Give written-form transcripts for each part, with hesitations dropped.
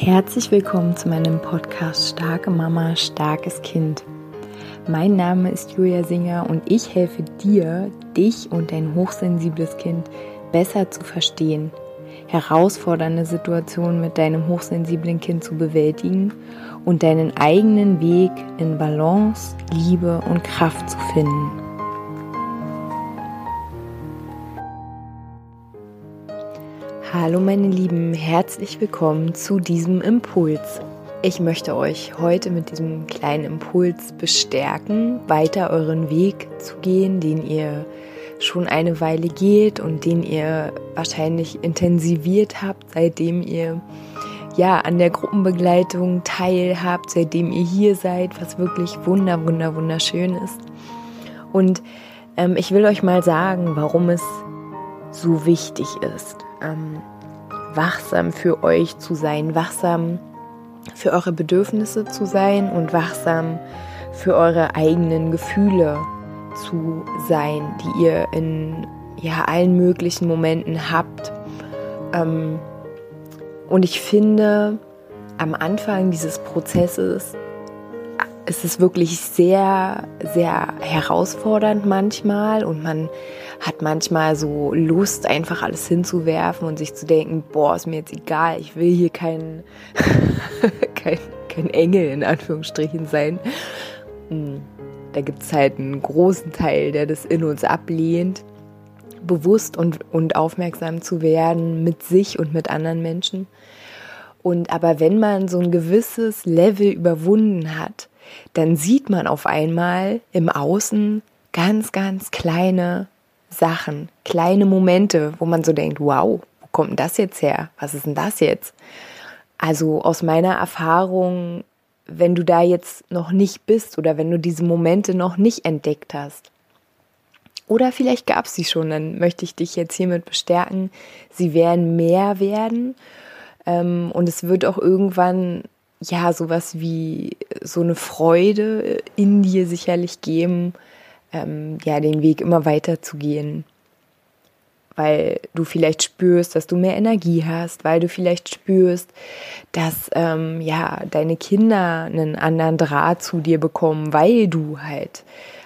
Herzlich willkommen zu meinem Podcast Starke Mama, starkes Kind. Mein Name ist Julia Singer und ich helfe dir, dich und dein hochsensibles Kind besser zu verstehen, herausfordernde Situationen mit deinem hochsensiblen Kind zu bewältigen und deinen eigenen Weg in Balance, Liebe und Kraft zu finden. Hallo meine Lieben, herzlich willkommen zu diesem Impuls. Ich möchte euch heute mit diesem kleinen Impuls bestärken, weiter euren Weg zu gehen, den ihr schon eine Weile geht und den ihr wahrscheinlich intensiviert habt, seitdem ihr an der Gruppenbegleitung teilhabt, seitdem ihr hier seid, was wirklich wunderschön ist. Und ich will euch mal sagen, warum es so wichtig ist, wachsam für euch zu sein, wachsam für eure Bedürfnisse zu sein und wachsam für eure eigenen Gefühle zu sein, die ihr in allen möglichen Momenten habt. Und ich finde, am Anfang dieses Prozesses ist es wirklich sehr, sehr herausfordernd manchmal und man hat manchmal so Lust, einfach alles hinzuwerfen und sich zu denken, ist mir jetzt egal, ich will hier kein Engel in Anführungsstrichen sein. Da gibt es halt einen großen Teil, der das in uns ablehnt, bewusst und aufmerksam zu werden mit sich und mit anderen Menschen. Aber wenn man so ein gewisses Level überwunden hat, dann sieht man auf einmal im Außen ganz, ganz kleine Sachen, kleine Momente, wo man so denkt, wow, wo kommt denn das jetzt her? Was ist denn das jetzt? Also aus meiner Erfahrung, wenn du da jetzt noch nicht bist oder wenn du diese Momente noch nicht entdeckt hast, oder vielleicht gab es sie schon, dann möchte ich dich jetzt hiermit bestärken, sie werden mehr werden und es wird auch irgendwann sowas wie so eine Freude in dir sicherlich geben, den Weg immer weiter zu gehen, weil du vielleicht spürst, dass du mehr Energie hast, weil du vielleicht spürst, dass deine Kinder einen anderen Draht zu dir bekommen, weil du halt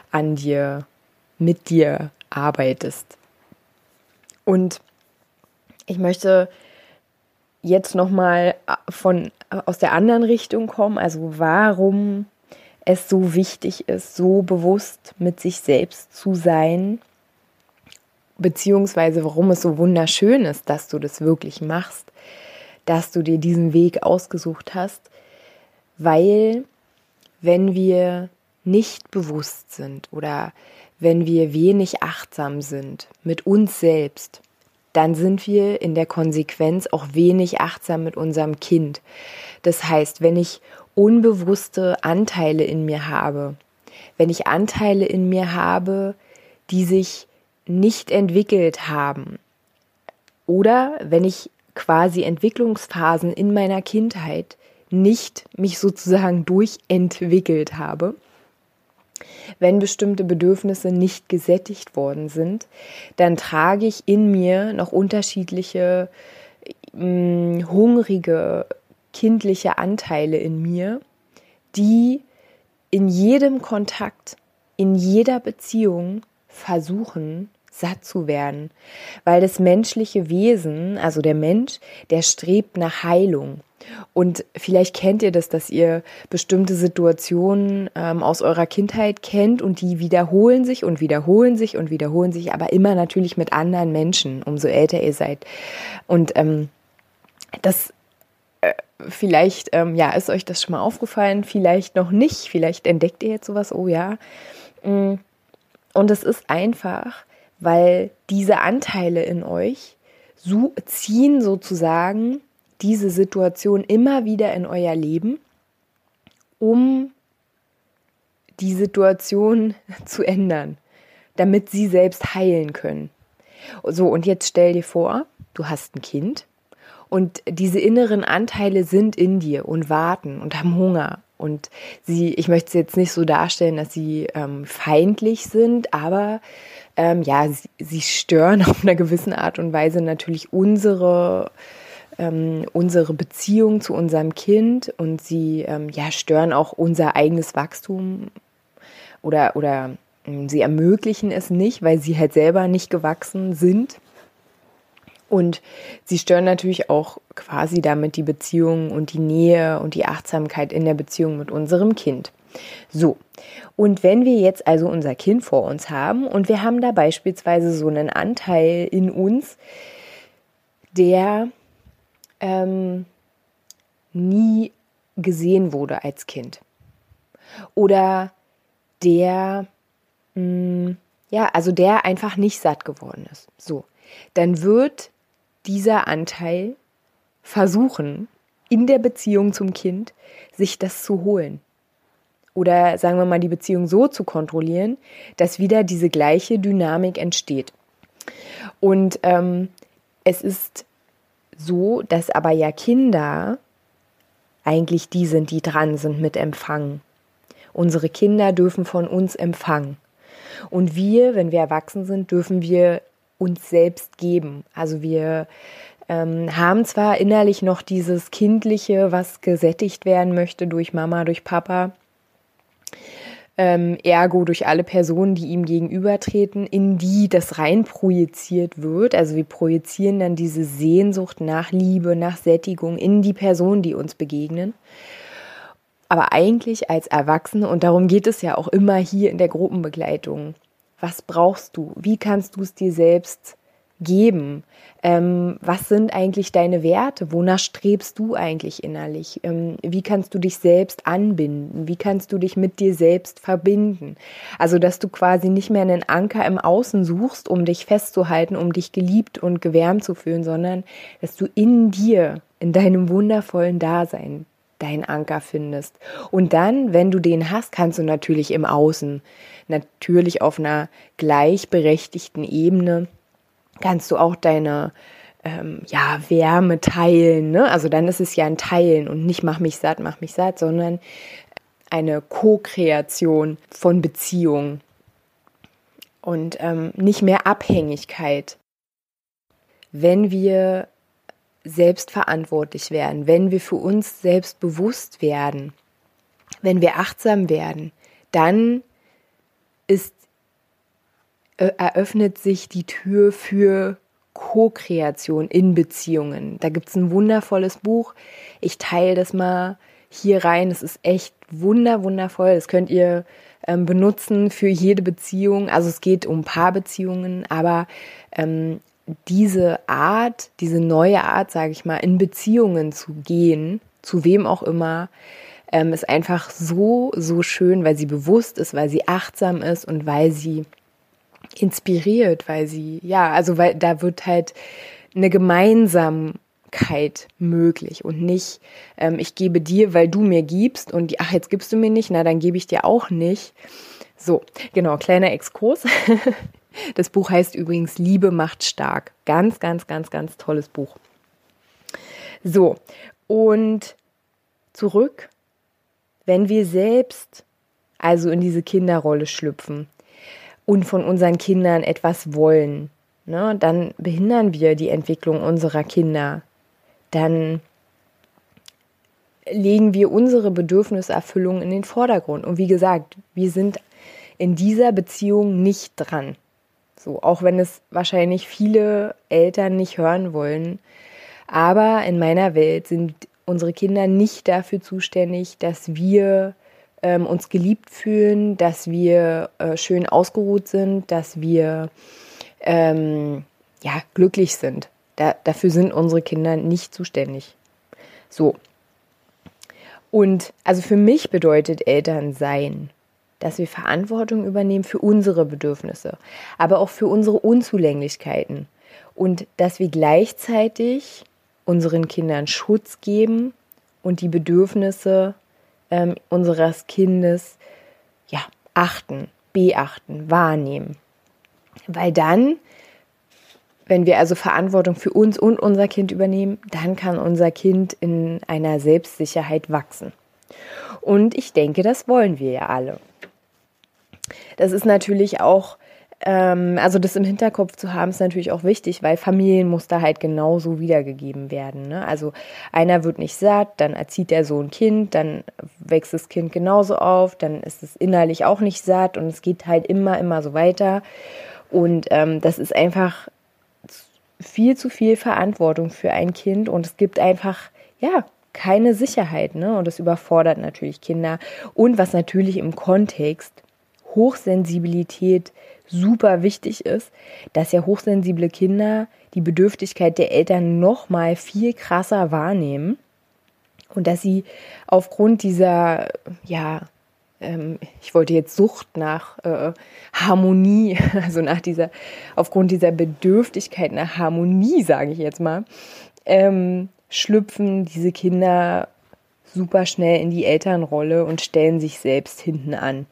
mit dir arbeitest. Und ich möchte jetzt nochmal aus der anderen Richtung kommen, also warum es so wichtig ist, so bewusst mit sich selbst zu sein, beziehungsweise warum es so wunderschön ist, dass du das wirklich machst, dass du dir diesen Weg ausgesucht hast, weil wenn wir nicht bewusst sind oder wenn wir wenig achtsam sind mit uns selbst, dann sind wir in der Konsequenz auch wenig achtsam mit unserem Kind. Das heißt, wenn ich unbewusste Anteile in mir habe, wenn ich Anteile in mir habe, die sich nicht entwickelt haben, oder wenn ich quasi Entwicklungsphasen in meiner Kindheit nicht mich sozusagen durchentwickelt habe, wenn bestimmte Bedürfnisse nicht gesättigt worden sind, dann trage ich in mir noch unterschiedliche hungrige, kindliche Anteile in mir, die in jedem Kontakt, in jeder Beziehung versuchen, satt zu werden. Weil das menschliche Wesen, also der Mensch, der strebt nach Heilung. Und vielleicht kennt ihr das, dass ihr bestimmte Situationen aus eurer Kindheit kennt und die wiederholen sich, aber immer natürlich mit anderen Menschen, umso älter ihr seid. Und das vielleicht ist euch das schon mal aufgefallen, vielleicht noch nicht, vielleicht entdeckt ihr jetzt sowas, oh ja. Und es ist einfach, weil diese Anteile in euch ziehen sozusagen diese Situation immer wieder in euer Leben, um die Situation zu ändern, damit sie selbst heilen können. So, und jetzt stell dir vor, du hast ein Kind und diese inneren Anteile sind in dir und warten und haben Hunger. Und ich möchte es jetzt nicht so darstellen, dass sie feindlich sind, aber sie stören auf einer gewissen Art und Weise natürlich unsere unsere Beziehung zu unserem Kind und sie stören auch unser eigenes Wachstum oder sie ermöglichen es nicht, weil sie halt selber nicht gewachsen sind. Und sie stören natürlich auch quasi damit die Beziehung und die Nähe und die Achtsamkeit in der Beziehung mit unserem Kind. So, und wenn wir jetzt also unser Kind vor uns haben und wir haben da beispielsweise so einen Anteil in uns, der nie gesehen wurde als Kind oder der der einfach nicht satt geworden ist. So, dann wird dieser Anteil versuchen, in der Beziehung zum Kind sich das zu holen. Oder sagen wir mal, die Beziehung so zu kontrollieren, dass wieder diese gleiche Dynamik entsteht. Und es ist so, dass aber ja Kinder eigentlich die sind, die dran sind mit Empfangen. Unsere Kinder dürfen von uns empfangen. Und wir, wenn wir erwachsen sind, dürfen wir uns selbst geben. Also wir haben zwar innerlich noch dieses Kindliche, was gesättigt werden möchte durch Mama, durch Papa, ergo durch alle Personen, die ihm gegenübertreten, in die das rein projiziert wird. Also wir projizieren dann diese Sehnsucht nach Liebe, nach Sättigung in die Personen, die uns begegnen. Aber eigentlich als Erwachsene, und darum geht es ja auch immer hier in der Gruppenbegleitung, was brauchst du? Wie kannst du es dir selbst geben? Was sind eigentlich deine Werte? Wonach strebst du eigentlich innerlich? Wie kannst du dich selbst anbinden? Wie kannst du dich mit dir selbst verbinden? Also, dass du quasi nicht mehr einen Anker im Außen suchst, um dich festzuhalten, um dich geliebt und gewärmt zu fühlen, sondern dass du in dir, in deinem wundervollen Dasein, deinen Anker findest. Und dann, wenn du den hast, kannst du natürlich im Außen, natürlich auf einer gleichberechtigten Ebene, kannst du auch deine Wärme teilen. Ne? Also dann ist es ja ein Teilen und nicht mach mich satt, sondern eine Co-Kreation von Beziehung und nicht mehr Abhängigkeit. Wenn wir selbstverantwortlich werden, wenn wir für uns selbst bewusst werden, wenn wir achtsam werden, dann eröffnet sich die Tür für Co-Kreation in Beziehungen. Da gibt es ein wundervolles Buch. Ich teile das mal hier rein. Es ist echt wundervoll. Das könnt ihr benutzen für jede Beziehung. Also es geht um Paarbeziehungen, aber diese neue Art, sage ich mal, in Beziehungen zu gehen, zu wem auch immer, ist einfach so schön, weil sie bewusst ist, weil sie achtsam ist und weil sie inspiriert, weil da wird halt eine Gemeinsamkeit möglich und nicht, ich gebe dir, weil du mir gibst und jetzt gibst du mir nicht, na dann gebe ich dir auch nicht. So, genau, kleiner Exkurs. Das Buch heißt übrigens Liebe macht stark. Ganz tolles Buch. So, und zurück, wenn wir selbst also in diese Kinderrolle schlüpfen und von unseren Kindern etwas wollen, ne, dann behindern wir die Entwicklung unserer Kinder. Dann legen wir unsere Bedürfniserfüllung in den Vordergrund. Und wie gesagt, wir sind in dieser Beziehung nicht dran. So, auch wenn es wahrscheinlich viele Eltern nicht hören wollen. Aber in meiner Welt sind unsere Kinder nicht dafür zuständig, dass wir uns geliebt fühlen, dass wir schön ausgeruht sind, dass wir glücklich sind. Dafür sind unsere Kinder nicht zuständig. So. Und also für mich bedeutet Elternsein, dass wir Verantwortung übernehmen für unsere Bedürfnisse, aber auch für unsere Unzulänglichkeiten und dass wir gleichzeitig unseren Kindern Schutz geben und die Bedürfnisse unseres Kindes achten, beachten, wahrnehmen. Weil dann, wenn wir also Verantwortung für uns und unser Kind übernehmen, dann kann unser Kind in einer Selbstsicherheit wachsen. Und ich denke, das wollen wir ja alle. Das ist natürlich auch Also das im Hinterkopf zu haben, ist natürlich auch wichtig, weil Familienmuster halt genauso wiedergegeben werden. Ne? Also einer wird nicht satt, dann erzieht er so ein Kind, dann wächst das Kind genauso auf, dann ist es innerlich auch nicht satt und es geht halt immer so weiter. Und das ist einfach viel zu viel Verantwortung für ein Kind und es gibt einfach, ja, keine Sicherheit. Ne? Und das überfordert natürlich Kinder. Und was natürlich im Kontext Hochsensibilität super wichtig ist, dass ja hochsensible Kinder die Bedürftigkeit der Eltern noch mal viel krasser wahrnehmen und dass sie aufgrund dieser, ja, ich wollte jetzt Sucht nach Harmonie, also aufgrund dieser Bedürftigkeit nach Harmonie, sage ich jetzt mal, schlüpfen diese Kinder super schnell in die Elternrolle und stellen sich selbst hinten an.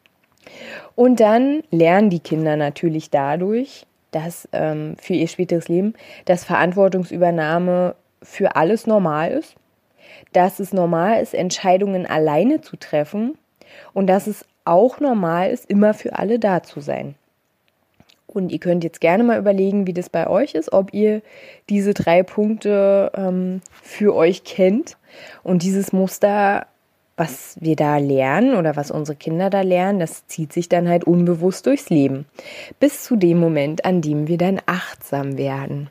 Und dann lernen die Kinder natürlich dadurch, dass für ihr späteres Leben, dass Verantwortungsübernahme für alles normal ist, dass es normal ist, Entscheidungen alleine zu treffen und dass es auch normal ist, immer für alle da zu sein. Und ihr könnt jetzt gerne mal überlegen, wie das bei euch ist, ob ihr diese 3 Punkte für euch kennt und dieses Muster, was wir da lernen oder was unsere Kinder da lernen, das zieht sich dann halt unbewusst durchs Leben. Bis zu dem Moment, an dem wir dann achtsam werden.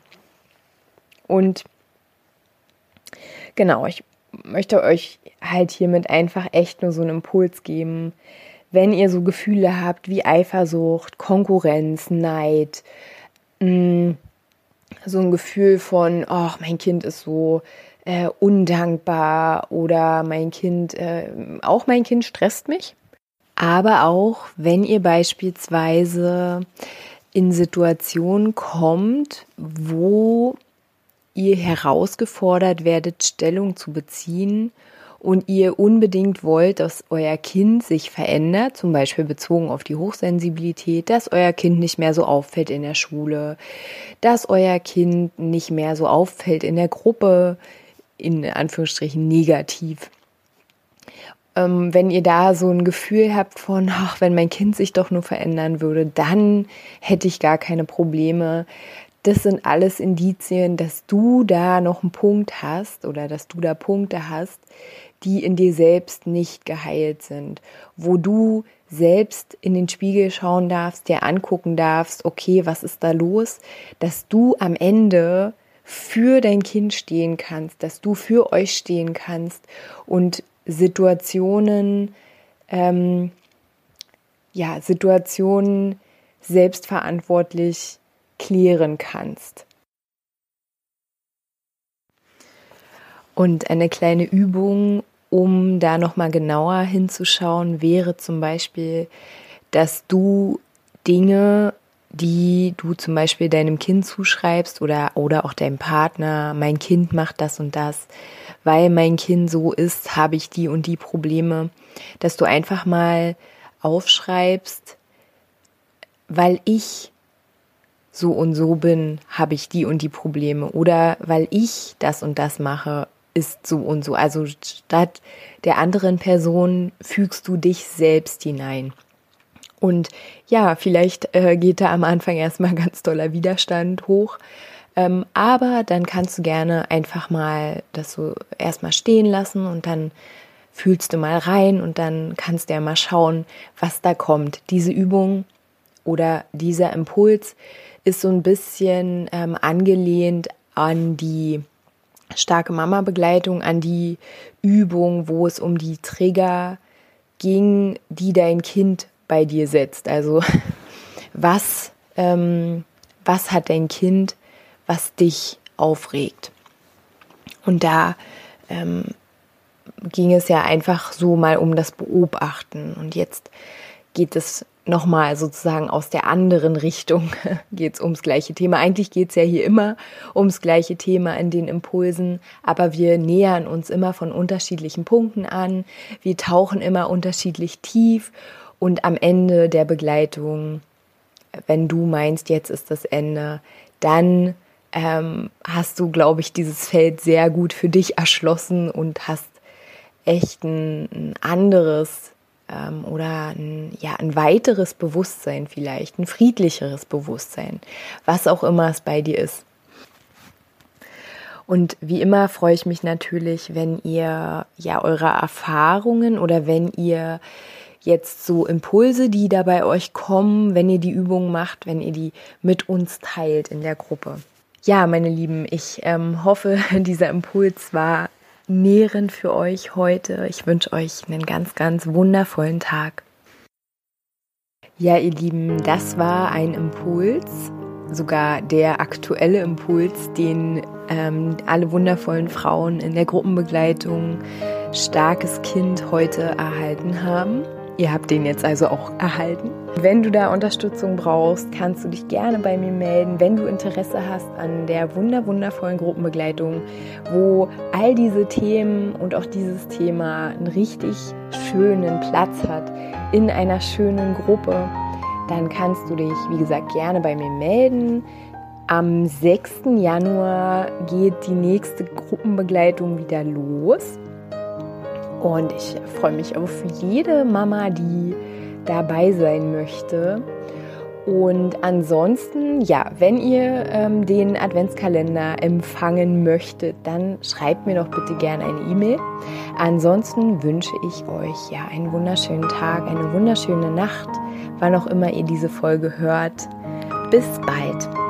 Und genau, ich möchte euch halt hiermit einfach echt nur so einen Impuls geben, wenn ihr so Gefühle habt wie Eifersucht, Konkurrenz, Neid, so ein Gefühl von, ach, mein Kind ist so undankbar oder mein Kind stresst mich. Aber auch, wenn ihr beispielsweise in Situationen kommt, wo ihr herausgefordert werdet, Stellung zu beziehen und ihr unbedingt wollt, dass euer Kind sich verändert, zum Beispiel bezogen auf die Hochsensibilität, dass euer Kind nicht mehr so auffällt in der Schule, dass euer Kind nicht mehr so auffällt in der Gruppe, in Anführungsstrichen negativ. Wenn ihr da so ein Gefühl habt von, ach, wenn mein Kind sich doch nur verändern würde, dann hätte ich gar keine Probleme. Das sind alles Indizien, dass du da noch einen Punkt hast oder dass du da Punkte hast, die in dir selbst nicht geheilt sind, wo du selbst in den Spiegel schauen darfst, dir angucken darfst, okay, was ist da los, dass du am Ende für dein Kind stehen kannst, dass du für euch stehen kannst und Situationen selbstverantwortlich klären kannst. Und eine kleine Übung, um da nochmal genauer hinzuschauen, wäre zum Beispiel, dass du Dinge, die du zum Beispiel deinem Kind zuschreibst oder auch deinem Partner, mein Kind macht das und das, weil mein Kind so ist, habe ich die und die Probleme, dass du einfach mal aufschreibst, weil ich so und so bin, habe ich die und die Probleme oder weil ich das und das mache, ist so und so. Also statt der anderen Person fügst du dich selbst hinein. Und ja, vielleicht geht da am Anfang erstmal ganz toller Widerstand hoch, aber dann kannst du gerne einfach mal das so erstmal stehen lassen und dann fühlst du mal rein und dann kannst du ja mal schauen, was da kommt. Diese Übung oder dieser Impuls ist so ein bisschen angelehnt an die starke Mama-Begleitung, an die Übung, wo es um die Trigger ging, die dein Kind bei dir setzt. Also was hat dein Kind, was dich aufregt? Und da ging es ja einfach so mal um das Beobachten. Und jetzt geht es nochmal sozusagen aus der anderen Richtung, geht es ums gleiche Thema. Eigentlich geht es ja hier immer ums gleiche Thema in den Impulsen, aber wir nähern uns immer von unterschiedlichen Punkten an. Wir tauchen immer unterschiedlich tief und am Ende der Begleitung, wenn du meinst, jetzt ist das Ende, dann hast du, glaube ich, dieses Feld sehr gut für dich erschlossen und hast echt ein anderes oder ein weiteres Bewusstsein vielleicht, ein friedlicheres Bewusstsein, was auch immer es bei dir ist. Und wie immer freue ich mich natürlich, wenn ihr eure Erfahrungen oder wenn ihr jetzt so Impulse, die da bei euch kommen, wenn ihr die Übung macht, wenn ihr die mit uns teilt in der Gruppe. Ja, meine Lieben, ich hoffe, dieser Impuls war nährend für euch heute. Ich wünsche euch einen ganz, ganz wundervollen Tag. Ja, ihr Lieben, das war ein Impuls, sogar der aktuelle Impuls, den alle wundervollen Frauen in der Gruppenbegleitung Starkes Kind heute erhalten haben. Ihr habt den jetzt also auch erhalten. Wenn du da Unterstützung brauchst, kannst du dich gerne bei mir melden, wenn du Interesse hast an der wundervollen Gruppenbegleitung, wo all diese Themen und auch dieses Thema einen richtig schönen Platz hat in einer schönen Gruppe. Dann kannst du dich, wie gesagt, gerne bei mir melden. Am 6. Januar geht die nächste Gruppenbegleitung wieder los. Und ich freue mich auf jede Mama, die dabei sein möchte. Und ansonsten, wenn ihr den Adventskalender empfangen möchtet, dann schreibt mir doch bitte gerne eine E-Mail. Ansonsten wünsche ich euch einen wunderschönen Tag, eine wunderschöne Nacht, wann auch immer ihr diese Folge hört. Bis bald!